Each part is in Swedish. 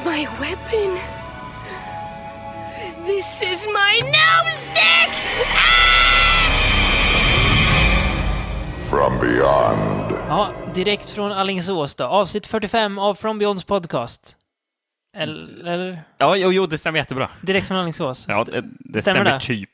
my weapon. This is my gnomestick! From beyond. Ja, direkt från Alingsås då. Avsnitt 45 av From Beyonds podcast. Eller? Ja, jo, det stämmer jättebra. Direkt från Alingsås. Ja, det stämmer typ.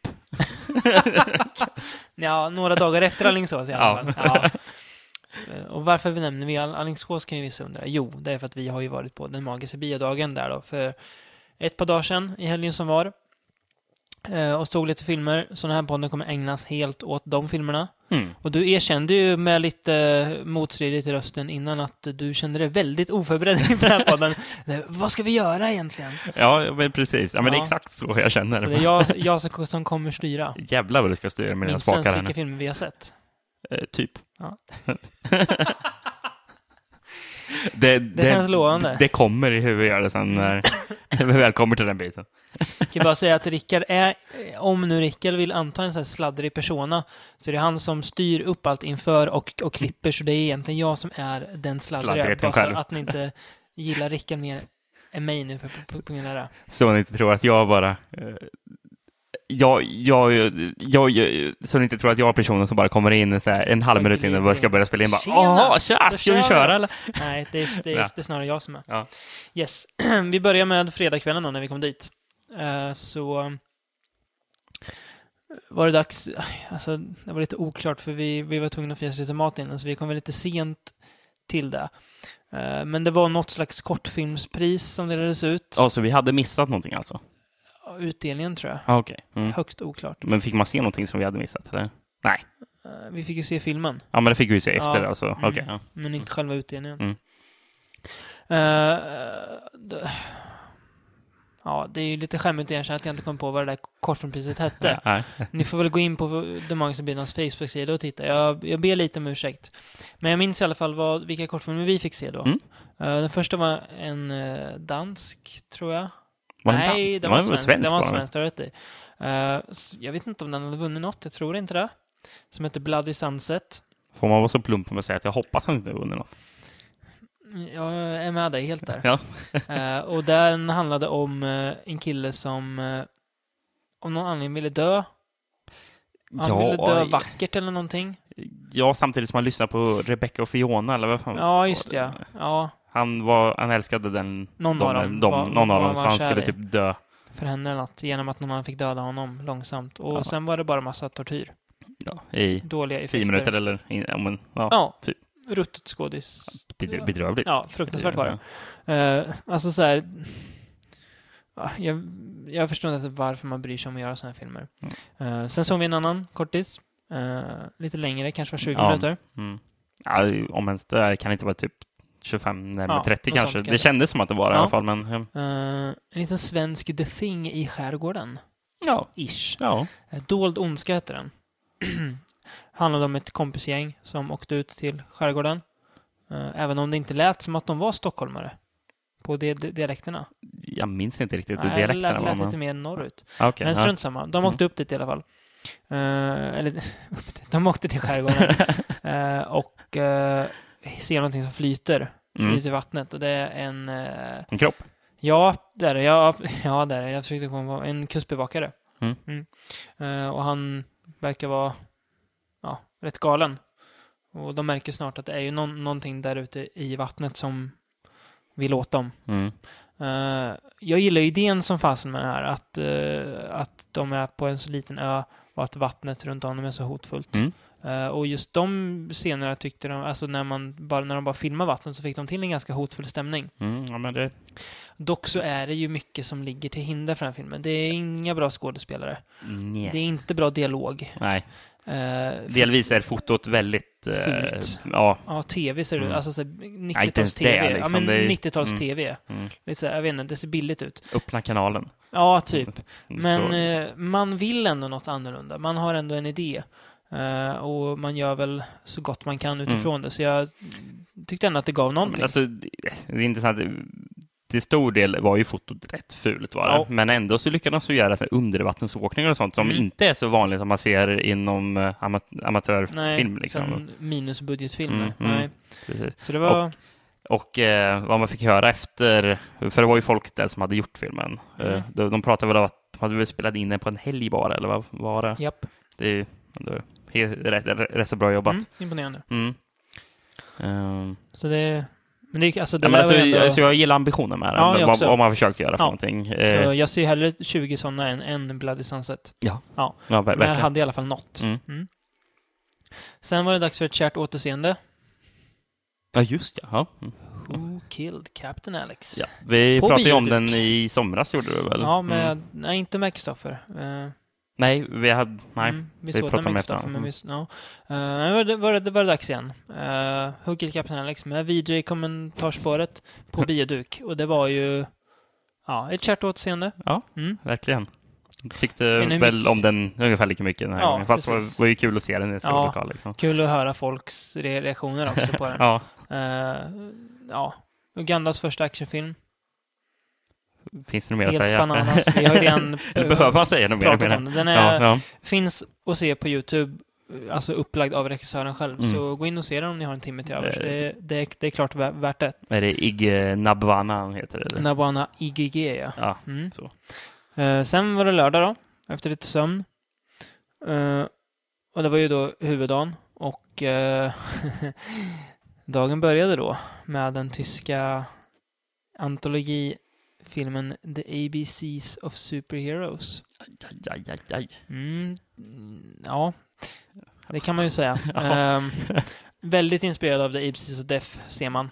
Ja, några dagar efter Alingsås i alla fall. Ja. Och varför vi nämner vi Alingsås kan ju vissa undra. Jo, det är för att vi har ju varit på den magiska biodagen där då för ett par dagar sedan i helgen som var. Och såg lite filmer. Så den här podden kommer ägnas helt åt de filmerna. Och du erkände ju med lite motstridigt i rösten innan att du kände dig väldigt oförberedd på den här podden. Vad ska vi göra egentligen? Ja, men precis. Ja, men det är exakt så jag känner. Så det är jag som kommer styra. Jävlar vad du ska styra med dina spakar. Minns vilka filmer vi har sett. Typ. Ja. Det känns lovande. Det kommer i huvudet sen när vi väl kommer till den biten. Jag kan bara säga att Rickard är, om nu Rickard vill anta en sån här sladdrig persona, så är det han som styr upp allt inför och klipper, så det är egentligen jag som är den sladdriga. Bara så att ni inte gillar Rickard mer än mig nu på grund av det. Så ni inte tror att jag bara... så ni inte tror att jag är personen som bara kommer in så här, en halv minut innan vi ska börja spela in. Bara, ska vi köra eller? Nej, det är snarare jag som är. Ja. Yes. Vi börjar med fredagskvällen då, när vi kom dit. Så var det dags. Alltså, det var lite oklart för vi var tvungna att fira lite mat innan, så vi kom väl lite sent till det. Men det var något slags kortfilmspris som delades ut. Ja, så vi hade missat någonting alltså? Utdelningen tror jag. Okay. Högst oklart. Men fick man se någonting som vi hade missat? Eller? Nej. Vi fick ju se filmen. Ja, men det fick vi ju se efter. Ja. Alltså. Okay, ja. Men inte själva utdelningen. Ja, det är ju lite skämmigt egentligen att jag inte kom på vad det där kortfilmpriset hette. Nej. Ni får väl gå in på The Magiska Biodagens Facebook-sida och titta. Jag ber lite om ursäkt. Men jag minns i alla fall vilka kortfilmer vi fick se då. Den första var en dansk, tror jag. Nej, det var svensk. Det var svensk, jag vet inte om den hade vunnit något. Jag tror inte det. Som heter Bloody Sunset. Får man vara så plump med att säga att jag hoppas han inte har vunnit något? Jag är med dig helt där. Ja. Och den handlade om en kille som om någon anledning ville dö. Han ville dö vackert eller någonting. Ja, samtidigt som man lyssnar på Rebecca och Fiona eller vad fan. Ja, just det. Ja. Han älskade någon av dem så han skulle typ dö för henne eller något, genom att någon annan fick döda honom långsamt. Och sen var det bara massa tortyr. Ja, i dåliga effekter. 10 minuter eller typ. Ruttet skådis. Bedrövligt. Ja, fruktansvärt var det. Alltså så här, jag förstår inte varför man bryr sig om att göra såna här filmer. Sen såg vi en annan kortis. Lite längre, kanske var 20 minuter. Ja, om ens det kan inte vara typ 25 närmare 30 kanske. Det kändes som att det var i alla fall. Men, en liten svensk The Thing i skärgården. Ja. Ish. Ja. Dold ondska heter den. Handlade om ett kompisgäng som åkte ut till skärgården. Även om det inte lät som att de var stockholmare. På dialekterna. Jag minns inte riktigt hur dialekterna var. Det lät lite mer norrut. Okay, men strunt samma. De åkte upp dit i alla fall. De åkte till skärgården. Och ser någonting som flyter ut i vattnet. Och det är en kropp? Ja, det är det. Ja, det är det. Jag försökte komma på en kustbevakare. Och han verkar vara rätt galen. Och de märker snart att det är ju någonting där ute i vattnet som vill åt dem. Jag gillar idén som fasen med det här. Att de är på en så liten ö och att vattnet runt om dem är så hotfullt. Och just de scenerna tyckte de, alltså när de bara filmar vattnet så fick de till en ganska hotfull stämning. Ja, men det... Dock så är det ju mycket som ligger till hinder för den här filmen. Det är inga bra skådespelare. Nej. Det är inte bra dialog. Nej. Delvis är fotot väldigt... Ja, tv ser det ut. Alltså 90-tals-tv. Liksom, ja, men 90-tals-tv. Jag vet inte, det ser billigt ut. Öppna kanalen. Ja, typ. Men man vill ändå något annorlunda. Man har ändå en idé. Och man gör väl så gott man kan utifrån det. Så jag tyckte ändå att det gav någonting. Men alltså, det är intressant. Till stor del var ju fotot rätt fult var det. Ja. Men ändå så lyckades de göra så här undervattensåkningar och sånt som inte är så vanligt som man ser inom amatörfilm. Nej, liksom. Minusbudgetfilmer. Nej. Så det var... Och vad man fick höra efter, för det var ju folk där som hade gjort filmen. De pratade väl om att de hade väl spelat in den på en helg bara, eller vad var det? Japp. Det är rätt så bra jobbat. Imponerande. Mm. Så det... Men det, alltså, det alltså jag gillar ambitionen med den, vad man försökt göra för någonting. Så jag ser hellre 20 sådana än Bloody Sunset. Ja, men jag hade i alla fall något. Sen var det dags för ett kärt återseende. Ja, just det. Ja. Who killed Captain Alex? Ja, vi pratade ju om den i somras, gjorde du väl? Ja, nej, inte med Kristoffer. Nej, vi pratade med Kristoffer. Men det var dags igen. Who killed Captain Alex med VJ-kommentarspåret på bioduk. Och det var ju ett kärt återseende. Ja, verkligen. Jag tyckte väl om den ungefär lika mycket den här gången. Fast det var ju kul att se den i stor lokal. Liksom. Kul att höra folks reaktioner också på den. Ugandas första actionfilm. Finns det något mer att säga? Helt bananas. Vi har redan eller behöver man säga något mer om det? Den finns att se på YouTube, alltså upplagd av regissören själv. Så gå in och se den om ni har en timme till övers. Det är klart värt det. Är det Ig Nabwana heter det? Nabwana IGG, ja. Så. Sen var det lördag då, efter lite sömn. Och det var ju då huvuddagen. Och dagen började då med den tyska antologifilmen The ABCs of Superheroes. Ja, det kan man ju säga. Väldigt inspirerad av The ABCs of Death, ser man.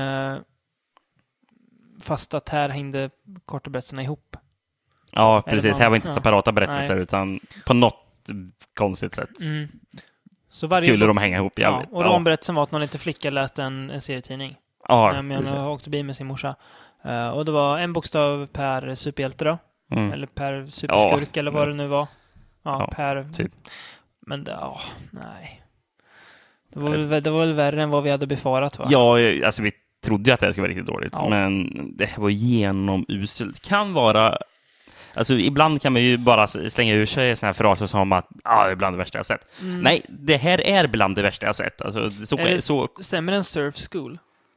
Fast att här hängde korta berättelserna ihop. Ja, precis. Här var inte separata berättelser, utan på något konstigt sätt så skulle de hänga ihop jävligt. Och ramberättelsen var att någon liten flicka läste en serietidning. Men hon åkte bil med sin morsa. Och det var en bokstav per superhjälte då. Eller per superskurk, eller vad det nu var. Per... Typ. Men nej. Det var väl värre än vad vi hade befarat, va? Ja, alltså vi trodde ju att det skulle vara riktigt dåligt. Men det var genomuselt. Kan vara... Alltså ibland kan man ju bara slänga ur sig såna här fraser som att det är bland det värsta jag sett. Nej, det här är bland det värsta jag sett. Alltså, så... Sämre än Surf School?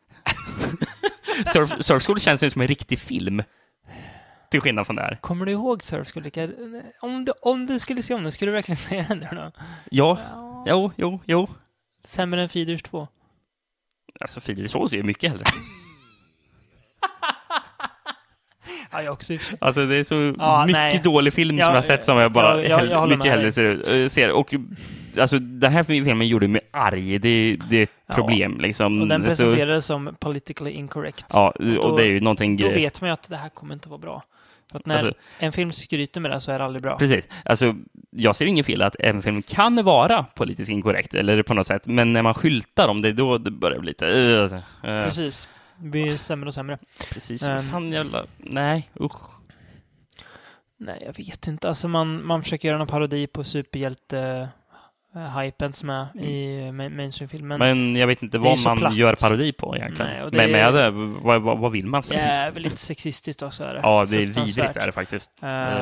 Surf School känns ju som en riktig film. Till skillnad från det här. Kommer du ihåg Surf School? Om du skulle se om det, skulle du verkligen säga den där då? Ja. Jo. Sämre än Feeders 2? Alltså Feeders 2 ser ju mycket hellre. Jag också. Alltså det är så mycket dålig film som jag sett som jag bara mycket hellre ser. Och alltså den här filmen gjorde mig arg. Det är ett problem liksom. Och den presenterades som politically incorrect. Ja, och det är ju någonting... Då vet man ju att det här kommer inte vara bra. För att när en film skryter med det så är det aldrig bra. Precis. Alltså, jag ser ingen fel att en film kan vara politiskt inkorrekt eller på något sätt. Men när man skyltar om det, då det börjar bli lite... Precis. Det blir sämre och sämre. Precis. Fan jävla... Nej, usch. Nej, jag vet inte. Alltså man försöker göra en parodi på superhjälte-hypen som är i mainstream-filmen. Men jag vet inte vad man gör parodi på egentligen. Nej, vad vill man säga? Det är väl lite sexistiskt också. Är det. Ja, det är vidrigt är det faktiskt.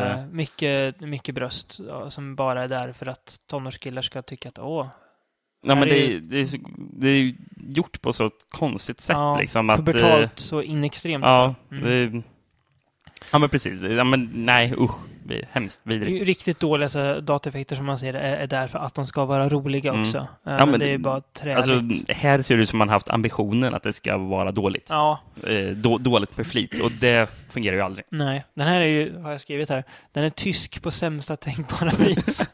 Mycket bröst som bara är där för att tonårskillar ska tycka att ja, men det är gjort på så ett konstigt sätt. Liksom, att, pubertalt så inextremt. Ja, men precis. Ja, men nej, usch. Det är hemskt vidrigt. Riktigt dåliga dataeffekter som man ser är där för att de ska vara roliga också. Men det är bara träligt. Alltså, här ser det ut som man haft ambitionen att det ska vara dåligt. Ja. Dåligt med flit. Och det fungerar ju aldrig. Nej, den här är ju, har jag skrivit här, den är tysk på sämsta tänkbara vis.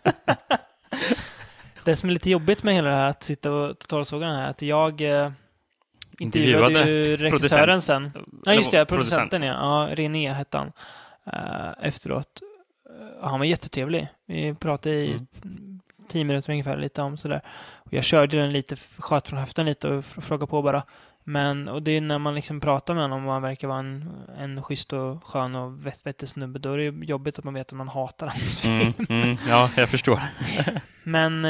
Det som är lite jobbigt med hela det här att sitta och totalsåga den här, att jag intervjuade ju regissören sen. Ja, just det, producenten. Ja, René hette han. Efteråt. Han var jättetrevlig. Vi pratade i 10 minuter ungefär lite om sådär. Och jag körde den lite, sköt från höften lite och frågade på bara. Och det är när man liksom pratar med honom och han verkar vara en schysst och skön och vettig snubbe, då är det jobbigt att man vet att man hatar hans film. Ja, jag förstår. Men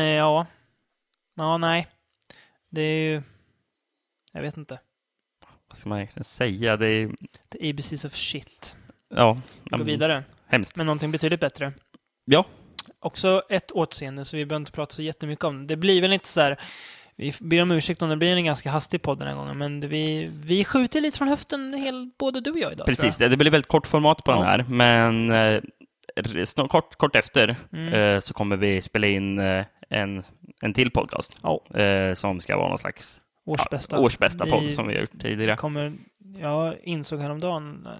nej. Det är ju, jag vet inte. Vad ska man egentligen säga? Det är The ABCs of shit. Ja. Gå vidare. Hemskt. Men någonting betydligt bättre. Ja. Också ett återseende, så vi behöver inte prata så jättemycket om det. Det blir väl inte så här Vi ber om ursäkt om det blir en ganska hastig podd den här gången, men vi skjuter lite från höften både du och jag idag. Precis, det blir väldigt kort format på den här, men kort efter så kommer vi spela in en till podcast som ska vara någon slags årsbästa podd som vi har gjort tidigare. Jag insåg häromdagen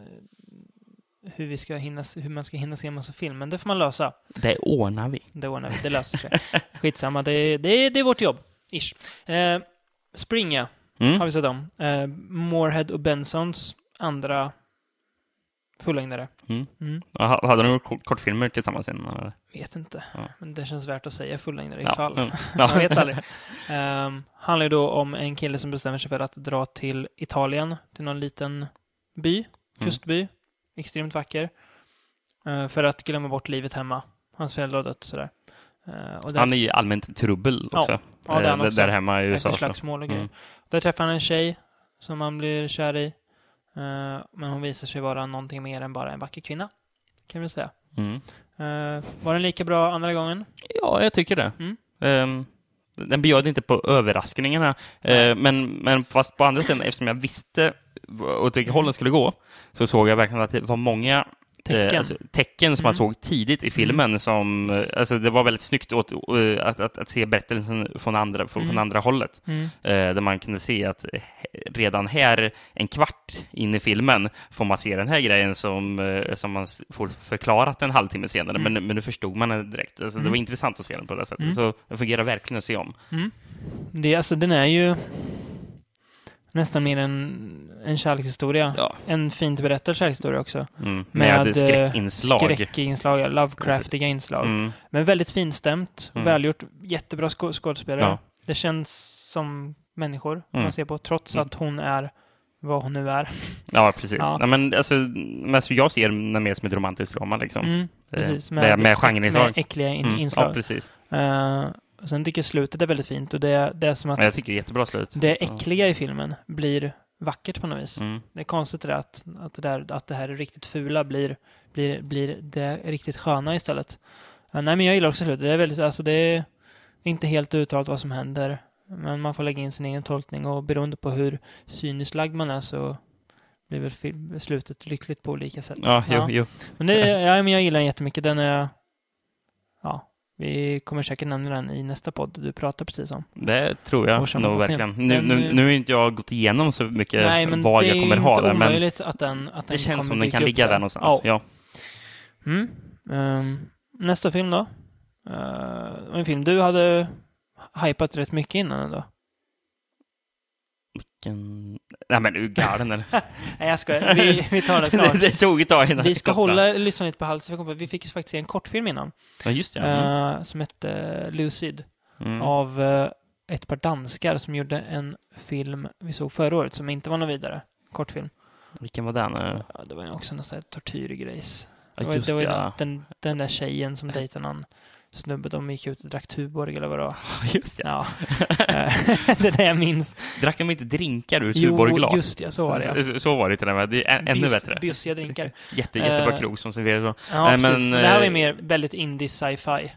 hur man ska hinna se en massa film, men det får man lösa. Det ordnar vi. Det löser sig. Skitsamma, det är vårt jobb. Ish. Springa har vi sett om. Moorhead och Bensons andra fullängdare. Hade de gjort kortfilmer tillsammans innan? Vet inte. Ja. Men det känns värt att säga fullängdare ifall. Man vet aldrig. Handlar ju då om en kille som bestämmer sig för att dra till Italien, till någon liten kustby. Extremt vacker. För att glömma bort livet hemma. Hans föräldrar har dött sådär. Han är ju allmänt trubbel också. Ja, det också. Där hemma i USA. Efter slagsmål och grejer. Där träffar han en tjej som han blir kär i. Men hon visar sig vara någonting mer än bara en vacker kvinna. Kan vi säga. Var den lika bra andra gången? Ja, jag tycker det. Den bjöd inte på överraskningarna. Men fast på andra sidan, eftersom jag visste åt vilket håll den skulle gå, så såg jag verkligen att det var många tecken som man såg tidigt i filmen som, alltså det var väldigt snyggt att se berättelsen från andra hållet. Där man kunde se att redan här en kvart in i filmen får man se den här grejen som man får förklarat en halvtimme senare, men nu förstod man det direkt. Alltså det var intressant att se den på det sättet. Så det fungerar verkligen att se om. Den är ju nästan mer en kärlekshistoria. Ja. En fint berättad kärlekshistoria också. Med skräckinslag. Lovecraftiga inslag. Men väldigt finstämt, välgjort, jättebra skådespelare. Ja. Det känns som människor man ser på, trots att hon är vad hon nu är. Ja, precis. Ja. Men alltså, jag ser den mer som ett romantiskt drama liksom. Precis. Med genreinslag. Med äckliga inslag. Ja, precis. Och sen tycker jag slutet är väldigt fint, och det är som att jag tycker det är jättebra slut. Det äckliga i filmen blir vackert på något vis. Det är konstigt att det här riktigt fula blir det riktigt sköna istället. Nej, men jag gillar också slutet. Det är väldigt, alltså det är inte helt uttalat vad som händer, men man får lägga in sin egen tolkning, och beroende på hur cyniskt lagd man är så blir väl slutet lyckligt på olika sätt. Jo. Men jag gillar den jättemycket. Den är vi kommer säkert nämna den i nästa podd du pratar precis om. Det tror jag nog verkligen. Nu har inte jag gått igenom så mycket vad jag kommer ha där. Men att den det känns som den kan ligga där någonstans. Ja. Nästa film då? En film du hade hypat rätt mycket innan då? Nej, men du är galen eller? Nej, jag skojar. Vi tar det snart. Det tog ett tag innan. Vi ska lyssna lite på halsen. Vi fick ju faktiskt se en kortfilm innan. Ja, just det. Som hette Lucid. Av ett par danskar som gjorde en film vi såg förra året som inte var någon vidare. Kortfilm. Vilken var den? Ja, det var också någon sån här tortyrgrejs. Det var den där tjejen som dejtade någon snubbe, de gick ut och drack Tuborg eller vad det var. Just det. Ja. Det är det jag minns. Drack de inte drinkar ur Tuborg-glas? Just det, så var det. Så var det till det. Det är ännu bättre. Bjussiga drinkar. Jättebra krog som serverar då. Ja, men det här var mer väldigt indie sci-fi.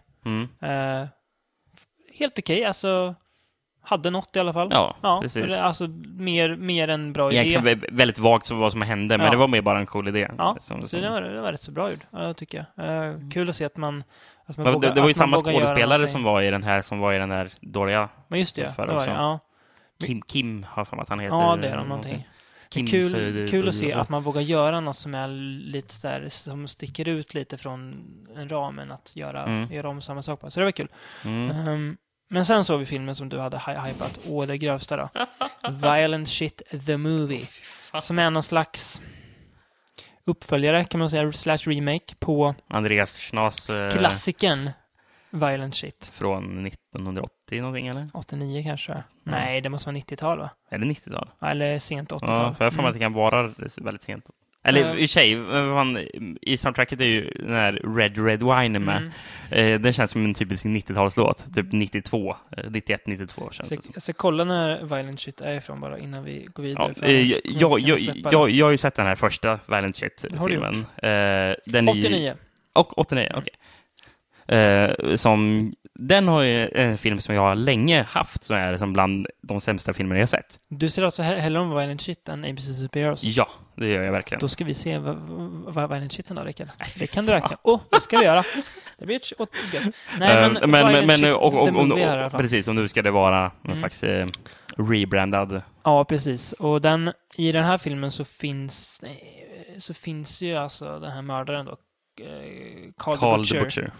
Helt okej, alltså hade något i alla fall. Ja, precis. Alltså mer än bra idé. Egentligen väldigt vagt vad som hände, men det var mer bara en cool idé. Ja, så det var rätt så bra gjort, tycker jag. Kul att se att man vågar, det var ju samma skådespelare som var i den här dåliga. Men just det, det var det, ja. Kim har för att han heter. Ja, det är någonting. Kul att se att man vågar göra något som är lite så här, som sticker ut lite från en ramen, att göra om samma sak på. Så det var kul. Men sen såg vi filmen som du hade hypat. Det grövsta då. Violent Shit the Movie. Som är någon slags uppföljare, kan man säga, / remake på Andreas Schnaas klassikern Violent Shit. Från 1980 någonting, eller? 89 kanske. Nej, det måste vara 90-tal, va? Är det 90-tal? Eller sent 80-tal. Ja, för jag får att det kan vara väldigt sent. Eller i sig, i soundtracket är ju den här Red Wine med. Den känns som en typisk 90-talslåt. Typ 91, 92 känns det som. Jag ska kolla när Violent Shit är ifrån bara innan vi går vidare. Jag har ju sett den här första Violent Shit-filmen. 89. Och 89, okej. Som den har ju en film som jag har länge haft som är som bland de sämsta filmerna jag sett. Du ser alltså hellre om Violent Shit än ABC Superheroes? Ja, det gör jag verkligen. Då ska vi se vad Violent Shit då, Rickard. Det kan du räkna. Det ska vi göra. Det blir ett gött. Nej, men precis, och nu ska det vara någon slags rebrandad. Ja, precis. Och i den här filmen så finns ju alltså den här mördaren då, Carl the Butcher.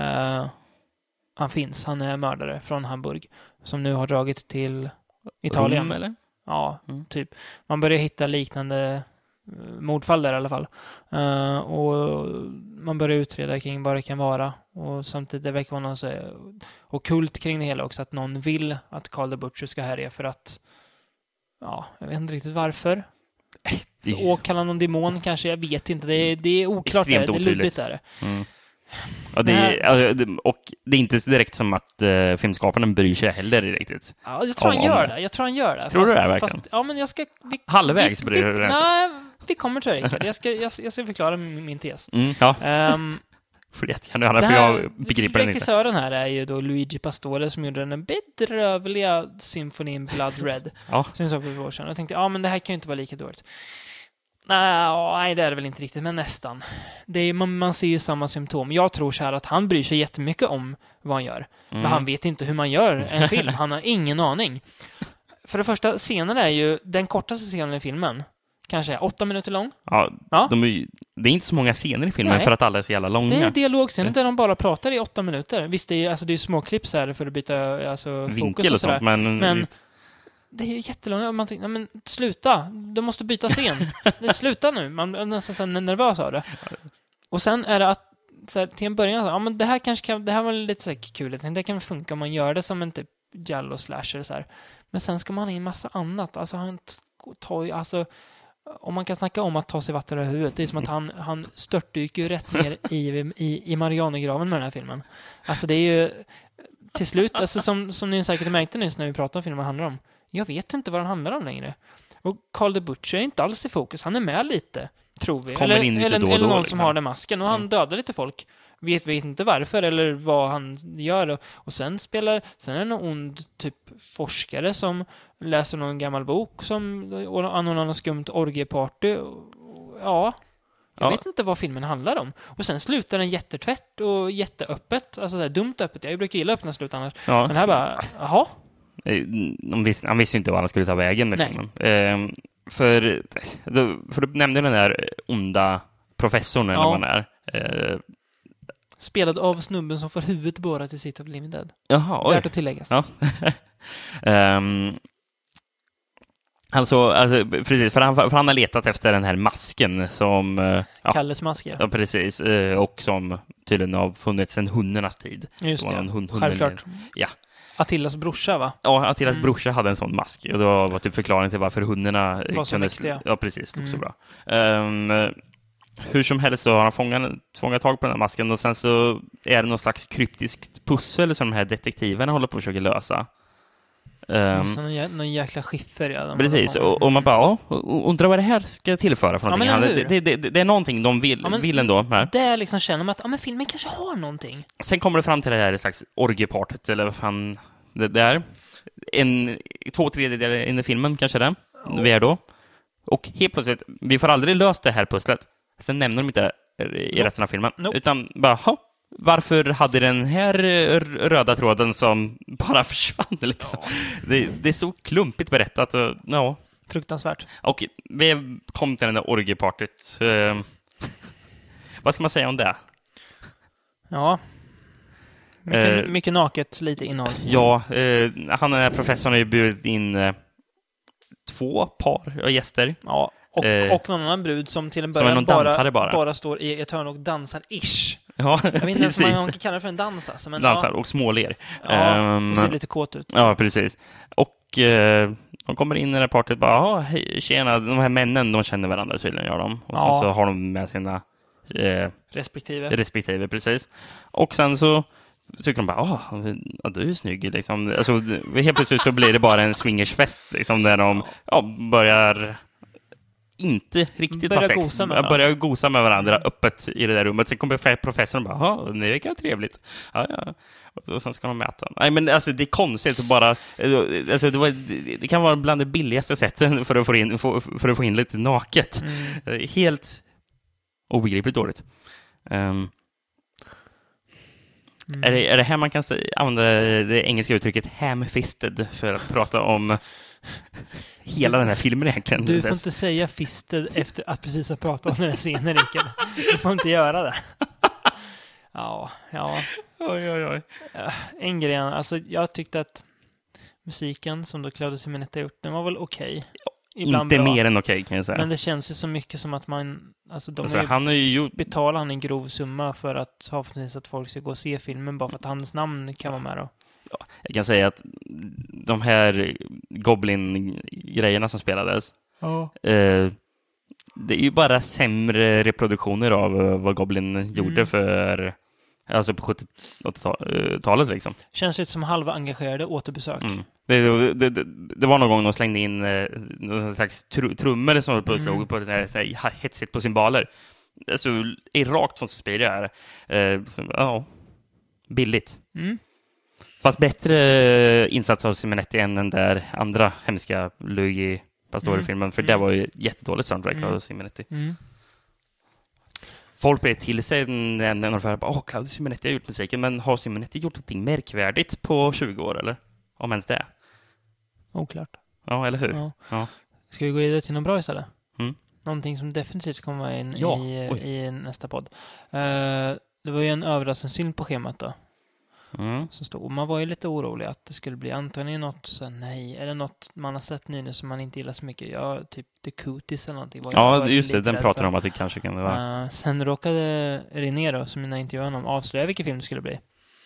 Han är mördare från Hamburg som nu har dragit till Italien. Rom, eller? Ja, typ. Man börjar hitta liknande mordfall där i alla fall. Och man börjar utreda kring vad det kan vara. Och samtidigt det verkar vara någon så ockult kring det hela också. Att någon vill att Carl the Butcher ska härja för att jag vet inte riktigt varför. Åkalla någon demon kanske, jag vet inte. Det är oklart. Det är luddigt där. Och det är inte direkt som att filmskaparen bryr sig heller riktigt. Ja, jag tror han gör det. Tror du det verkligen? Fast, ja, men jag ska... Halvvägs bryr du dig. Nej, vi kommer till det, Rickard. Jag ska förklara min tes. För jag begriper den inte. Regissören här är ju då Luigi Pastore som gjorde den bedrövliga symfonin Blood Red. Som jag sa för år sedan. Jag tänkte, men det här kan ju inte vara lika dåligt. Nej, det är det väl inte riktigt, men nästan. Man ser ju samma symptom. Jag tror så här att han bryr sig jättemycket om vad han gör. Men han vet inte hur man gör en film. Han har ingen aning. För det första, scenen är ju den kortaste scenen i filmen. Kanske 8 minuter lång. Ja. Det är inte så många scener i filmen för att alla är så jävla långa. Det är dialogscener där de bara pratar i 8 minuter. Visst, det är små klipp så här för att byta vinkel och sånt. Men det är ju jättelångt. Man tänker, men sluta. Du måste byta scen. Sluta nu. Man är nästan så nervös av det. Och sen är det att så här, till en början men det här var lite så här kul. Jag tänkte det kan funka om man gör det som en typ giallo slasher så här. Men sen ska man ha in massa annat. Alltså han tar ju om man kan snacka om att ta sig vatten över huvudet. Det är som att han störtdyker ju rätt ner i Marianergraven med den här filmen. Alltså det är ju till slut, alltså som ni säkert märkte nyss när vi pratade om filmen handlar om. Jag vet inte vad den handlar om längre. Och Carl the Butcher är inte alls i fokus. Han är med lite, tror vi. Eller någon som har den masken. Och han dödar lite folk. Vet inte varför eller vad han gör. Och sen är det någon ond typ forskare som läser någon gammal bok som anordnar något skumt orgieparty. Jag vet inte vad filmen handlar om. Och sen slutar den jättetvärt och jätteöppet. Alltså det är dumt öppet. Jag brukar gilla öppna slut annars. Men här bara, jaha. Han visste inte vad han skulle ta vägen med filmen. För du nämnde den där onda professorn eller vad man är. Spelad av snubben som får huvudet borrat i City of Living Dead. Jaha, värt att tilläggas. Ja. Alltså, precis, för han har letat efter den här masken som... Kalles mask, ja, precis. Och som tydligen har funnits sedan hundarnas tid. Just det, självklart. Ja. Attilas brorsa, va? Ja, Attilas brorsa hade en sån mask. Och det var typ förklaringen till varför hundarna var så mäktiga. Ja, precis. Så bra. Hur som helst så har han fångat tag på den här masken och sen så är det någon slags kryptiskt pussel som de här detektiverna håller på att försöka lösa. Någon jäkla skiffer, ja. Precis, och man bara, undrar vad det här ska tillföra för någonting. Det är någonting de vill ändå. Här. Det är liksom känner man att men filmen kanske har någonting. Sen kommer det fram till det här slags orgiepartet, eller vad fan det är. 2/3 in i filmen kanske det. Vi är då. Och helt plötsligt, vi får aldrig löst det här pusslet. Sen nämner de inte i resten av filmen. Utan bara, varför hade den här röda tråden som bara försvann liksom? Det är så klumpigt berättat. Och, fruktansvärt. Och vi kom till den där orgiepartyt. Vad ska man säga om det? Ja. Mycket naket, lite innehåll. Ja, han är professorn har ju bjudit in 2 par gäster. Ja, och någon annan brud som till en början bara står i ett hörn och dansar ish. Ja, jag vet inte ens om man kan kalla det för en dans. Alltså, men dansar och småler. Och ser lite kåt ut. Ja, precis. Och de kommer in i det här partyt och bara, hej, tjena, de här männen, de känner varandra tydligen, gör de. Och sen så har de med sina respektive, precis. Och sen så tycker de bara, du är snygg liksom. Alltså, helt plötsligt så blir det bara en swingersfest liksom, där de börjar inte riktigt Börjar ha sex. gosa med, ja. Börjar gosa med varandra öppet i det där rummet. Sen kommer professorn och bara, ja, det verkar trevligt. Ja. Och sen ska de mäta. Nej, men alltså det är konstigt att bara... Alltså, det kan vara bland det billigaste sätten för att få in lite naket. Helt obegripligt dåligt. Är det här man kan använda det engelska uttrycket ham-fisted för att prata om hela den här filmen egentligen? Du får inte säga fisted efter att precis ha pratat om den här scenen, Rickard. Du får inte göra det. Ja. Oj. En grej, alltså jag tyckte att musiken som då Claudio Simonetti har gjort, den var väl okej. Ibland inte bra. Mer än okej, kan jag säga. Men det känns ju så mycket som att man... Alltså han har ju gjort... betalar han en grov summa för att förhoppningsvis att folk ska gå och se filmen bara för att hans namn kan vara med då. Ja, jag kan säga att de här Goblin-grejerna som spelades, det är ju bara sämre reproduktioner av vad Goblin gjorde för... Alltså på 70-80-talet liksom. Känns lite som halva engagerade återbesök. Det var någon gång de slängde in någon slags trummor som på slog på det här hetsigt på symboler. Alltså är rakt från Suspiria här. Billigt. Fast bättre insats av Simonetti än den där andra hemska Luigi Pastore-filmen. För det var ju jättedåligt soundtrack av Simonetti. Folk blev till sig när de bara, Claudio Simonetti har gjort musiken, men har Simonetti gjort någonting märkvärdigt på 20 år, eller? Om ens det. Oklart. Ja, eller hur? Ja. Ska vi gå vidare till något bra istället? Någonting som definitivt kommer vara in i nästa podd. Det var ju en överraskningsfilm på schemat då. Så stod, man var ju lite orolig att det skulle bli antingen något så nej, eller något man har sett nu som man inte gillar så mycket. Ja, typ The Cooties eller någonting. Ja, just det. Den pratar om att det kanske kan vara. Sen råkade René då, som jag intervjuade honom, avslöja vilken film det skulle bli.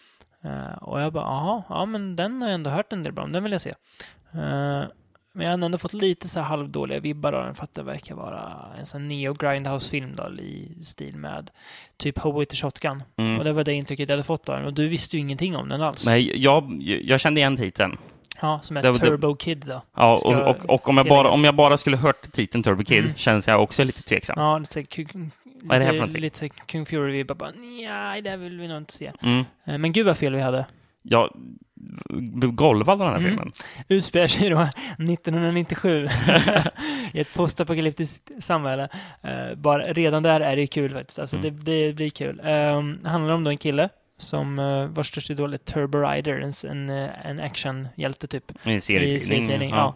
Och jag bara, ja, men den har jag ändå hört en del bra om. Den vill jag se. Men jag har ändå fått lite så här halvdåliga vibbar av den för att det verkar vara en sån neo-grindhouse-film då, i stil med typ Hobo with the Shotgun. Och det var det intrycket jag hade fått av den. Och du visste ju ingenting om den alls. Nej, jag kände igen titeln. Ja, som är Turbo Kid då. Ja, och om jag bara skulle hört titeln Turbo Kid känns jag också lite tveksam. Ja, lite vad är det här för någonting? Lite Kung Fury, vi bara nej, det vill vi nog inte se. Men gud vad fel vi hade. Ja, golvad den här filmen. Utspelar sig då 1997 i ett postapokalyptiskt samhälle. Bara redan där är det kul faktiskt. Alltså det blir kul. Handlar om då en kille som vars största idol är Turbo Rider, en actionhjälte typ. En serietidning. Ja.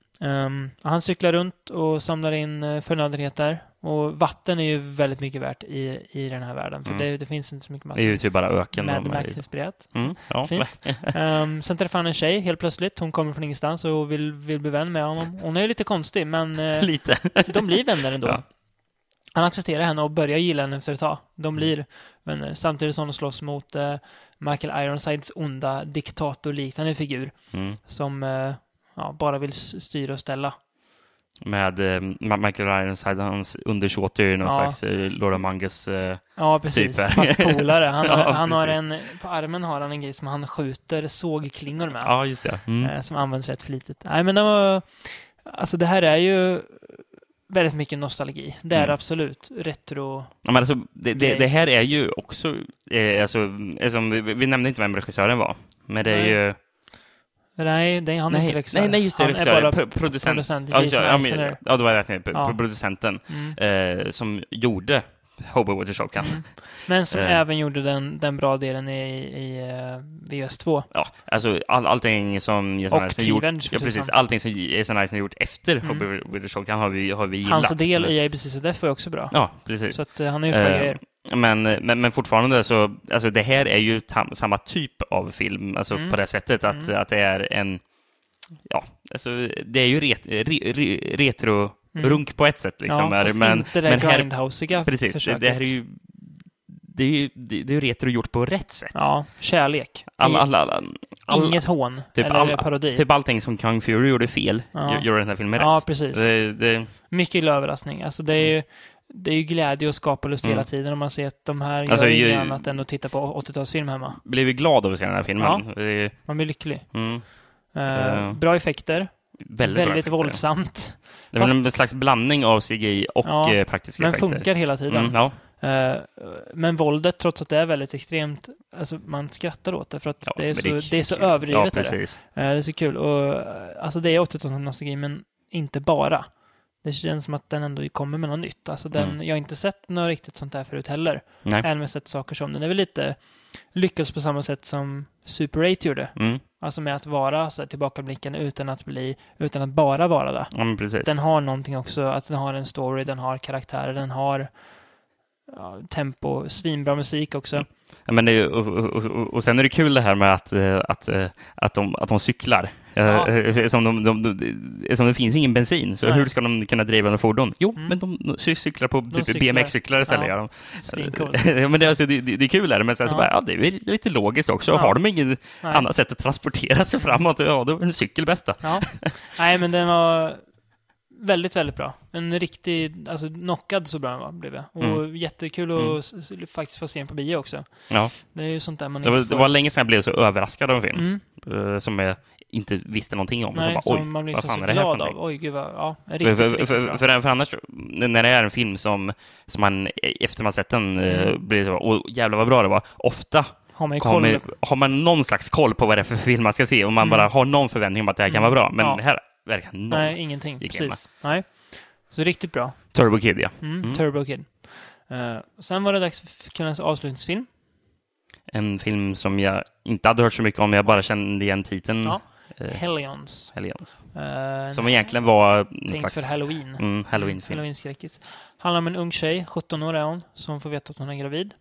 Han cyklar runt och samlar in förnödenheter. Och vatten är ju väldigt mycket värt i den här världen. För det finns inte så mycket vatten. Det är ju typ bara öken. Mad Max-inspirerat. Ja. Fint. Sen träffar han en tjej helt plötsligt. Hon kommer från ingenstans och vill bli vän med honom. Hon är ju lite konstig, men lite. De blir vänner ändå. Ja. Han accepterar henne och börjar gilla henne efter ett tag. De blir vänner. Samtidigt som de slåss mot Michael Ironsides onda diktatorliknande figur. Som bara vill styra och ställa. Med Michael Ironside, hans undersåter, någon slags Laura Mangus ja, precis. Typ. Fast coolare. Han har precis. på armen har han en grej som han skjuter sågklingor med. Ja, just det. Som används rätt flitigt. Nej, men det här är ju väldigt mycket nostalgi. Det är absolut retro. Ja, men alltså, det här är ju också vi nämnde inte vem regissören var, men det är ju Nej, han är inte regissör. Nej, just det, han regissör. är bara producent. Ja, det var rätt. Producenten som gjorde Hobo with the Shotgun. Men som även gjorde den bra delen i VS2. Ja, alltså allting som Jason Eisen gjort. Ja, precis. Allting som Jason Eisen gjort efter Hobo with the Shotgun har vi gillat. Hans del i ABC Def var också bra. Ja, precis. Så att han har gjort bra grejer. Men fortfarande så, alltså det här är ju samma typ av film, alltså på det sättet att det är en, alltså det är ju retro runk på ett sätt liksom. Fast inte det grindhouseiga. Precis, försöket. Det här är ju det är retro gjort på rätt sätt. Ja, kärlek. Inget hån typ eller parodi. Typ allting som Kung Fury gjorde fel gjorde den här filmen rätt. Ja, precis. Mycket överraskning. Alltså det är ju glädje och skapa lust hela tiden om man ser att de här gör inget annat än att titta på 80-talsfilm hemma. Blev vi glada av att se den här filmen. Ja, man blir lycklig. Bra effekter. Väldigt våldsamt. Det är en slags blandning av CGI och praktiska effekter. Men funkar hela tiden. Men våldet, trots att det är väldigt extremt, alltså man skrattar åt det för att det är så överdrivet. Det är så kul. Och, alltså det är 80-talets nostalgi, men inte bara. Det känns som att den ändå kommer med något nytt. Alltså jag har inte sett något riktigt sånt där förut heller. Även med sett saker som den är väl lite lyckas på samma sätt som Super 8 gjorde. Alltså med att vara så här, tillbakablicken utan att bara vara det. Precis. Den har någonting också, att den har en story, den har karaktärer, den har tempo, svinbra musik också. Ja, men det är, och sen är det kul det här med att de cyklar. Som det finns ingen bensin, så hur ska de kunna driva en fordon? Jo, men de cyklar på typ BMX-cyklar istället. Ja. Men det är kul där, men sen så bara, det är lite logiskt också. Har de inget annat sätt att transportera sig framåt, då är en cykel bästa. Nej, men den var väldigt, väldigt bra. En riktig, alltså knockad så bra den var, blev jag. Och jättekul att faktiskt få se den på bio också. Ja. Det är ju sånt där man det var länge sedan jag blev så överraskad av en film. Som jag inte visste någonting om. Nej, så bara, man blir så glad av. Oj, gud vad, riktigt för annars, när det är en film som man, efter man sett den, blir så, jävlar vad bra det var. Ofta har man någon slags koll på vad det är för film man ska se, och man bara har någon förväntning om att det här kan vara bra. Men det här verkar Nej, ingenting. Precis. Nej. Så riktigt bra. Turbo Kid, ja. Turbo Kid. Sen var det dags för kvällens avslutningsfilm. En film som jag inte hade hört så mycket om, jag bara kände igen titeln. Hellions. Som egentligen var tänkt för Halloween. Halloween-film. Halloween-skräckis. Handlar om en ung tjej, 17 år är hon, som får veta att hon är gravid.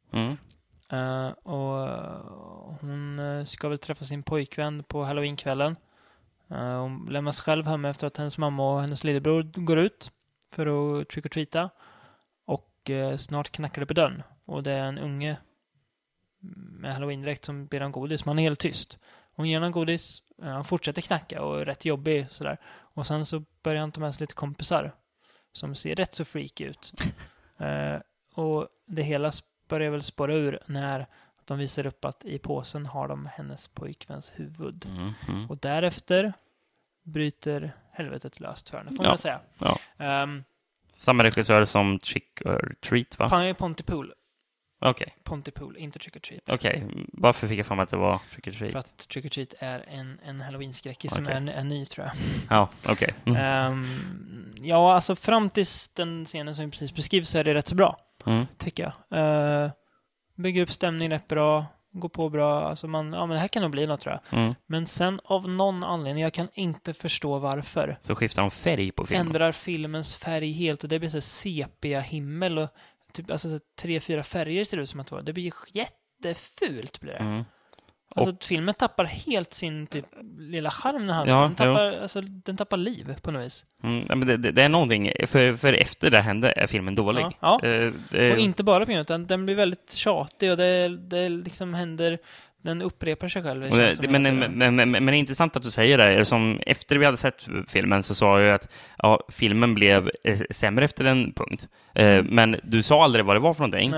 Och hon ska väl träffa sin pojkvän på Halloween-kvällen. Hon lämnas själv hemma efter att hennes mamma och hennes lillebror går ut för att trick-or-treata. Och snart knackar det på dörren. Och det är en unge med Halloween-dräkt som ber om godis. Man är helt tyst. Hon ger honom godis. Han fortsätter knacka och är rätt jobbig. Sådär. Och sen så börjar han ta med sig lite kompisar som ser rätt så freaky ut. Och det hela börjar väl spåra ur när de visar upp att i påsen har de hennes pojkväns huvud. Och därefter bryter helvetet löst för henne, får man säga. Samma regissör som Trick or Treat, va? Pontypool. Okej. Pontypool, inte Trick or Treat. Okej. Varför fick jag för mig att det var Trick or Treat? För att Trick or Treat är en Halloween-skräckis som är ny, tror jag. Ja, okej. Alltså fram tills den scenen som precis beskrivs så är det rätt så bra, tycker jag. Bygger upp stämning rätt bra, går på bra. Alltså men det här kan nog bli något, tror jag. Men sen av någon anledning, jag kan inte förstå varför. Så skiftar de färg på filmen. Ändrar filmens färg helt, och det blir så sepia himmel och typ, alltså 3-4 färger ser det ut som att det var. Det blir jättefult, blir det. Alltså filmen tappar helt sin typ lilla charm när den tappar liv på något vis. Men det är någonting, för efter det hände är filmen dålig. Och inte bara på grund av, den blir väldigt tjatig och det liksom händer, den upprepar sig själv. Men det är intressant att du säger det. Som efter vi hade sett filmen så sa jag att filmen blev sämre efter en punkt. Men du sa aldrig vad det var för någonting.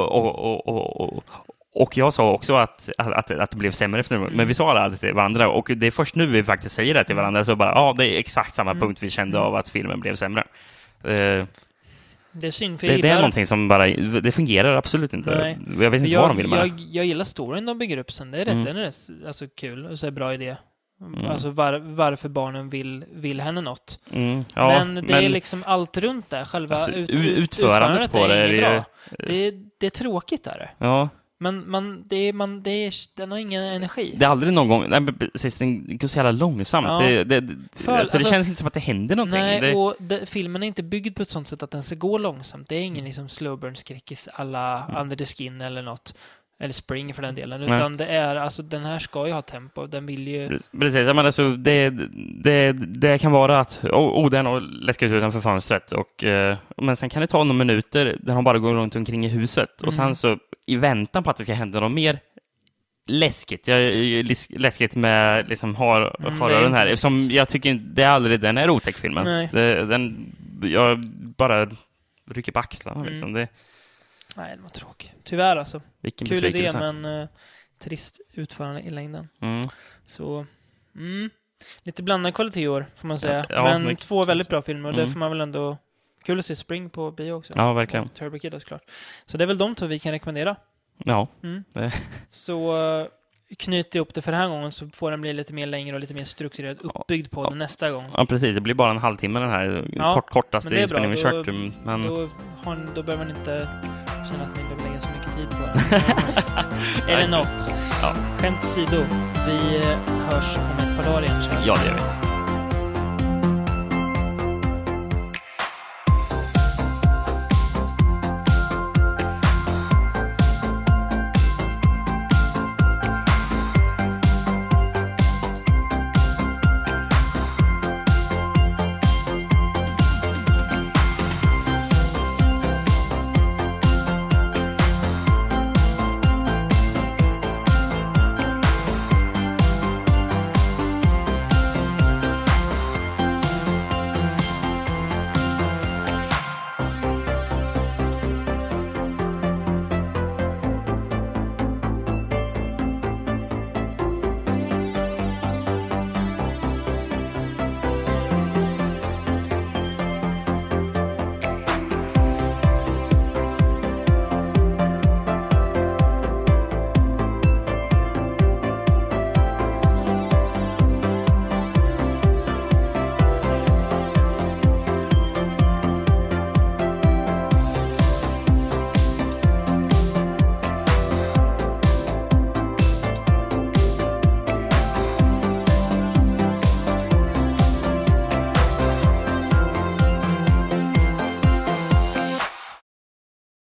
Och jag sa också att det blev sämre efter men vi sa det till varandra, och det är först nu vi faktiskt säger det till varandra, så bara, det är exakt samma punkt vi kände av att filmen blev sämre. Det är synd, för det är någonting som bara, det fungerar absolut inte. Nej. Jag vet inte vad de vill med. Jag gillar storyn de bygger upp sen, det är rätt kul och så är bra idé. Alltså varför barnen vill henne något. Men det är liksom allt runt där, själva alltså, utförandet på det är bra. Det är tråkigt där. Ja. Men den har ingen energi. Det är aldrig någon gång. Nej, precis, den går så jävla långsamt. Ja. Det känns inte som att det händer någonting. Nej, och filmen är inte byggd på ett sånt sätt att den ska gå långsamt. Det är ingen liksom slow burn skräckis alla Under the Skin eller något. Eller Spring för den delen. Utan det är, alltså den här ska ju ha tempo. Den vill ju... Precis, men alltså det kan vara att den och läska ut utanför fönstret. Men sen kan det ta några minuter där han bara går runt omkring i huset. Och sen så i väntan på att det ska hända något mer läskigt med liksom horrorn här. Som jag tycker det är aldrig den är otäck filmen. Jag bara rycker på axlarna liksom. Nej, det var tråkigt. Tyvärr alltså. Vilken kul idé, men trist utförande i längden. Så, lite blandad kvalitet i år, får man säga. Ja, men två väldigt bra filmer, och det får man väl ändå... Kul att se Spring på bio också. Ja, verkligen. Och Turbo Kid, såklart. Så det är väl de två vi kan rekommendera. Ja. Så knyt ihop det för den här gången, så får den bli lite mer längre och lite mer strukturerad uppbyggd på den nästa gång. Ja, precis. Det blir bara en halvtimme den här kortaste inspelningen vi kört. Men... Då behöver man inte känna att ni behöver lägga så mycket tid på den. Eller något. Ja. Skämt åsido. Vi hörs om ett par dagar igen. Ja, det gör vi.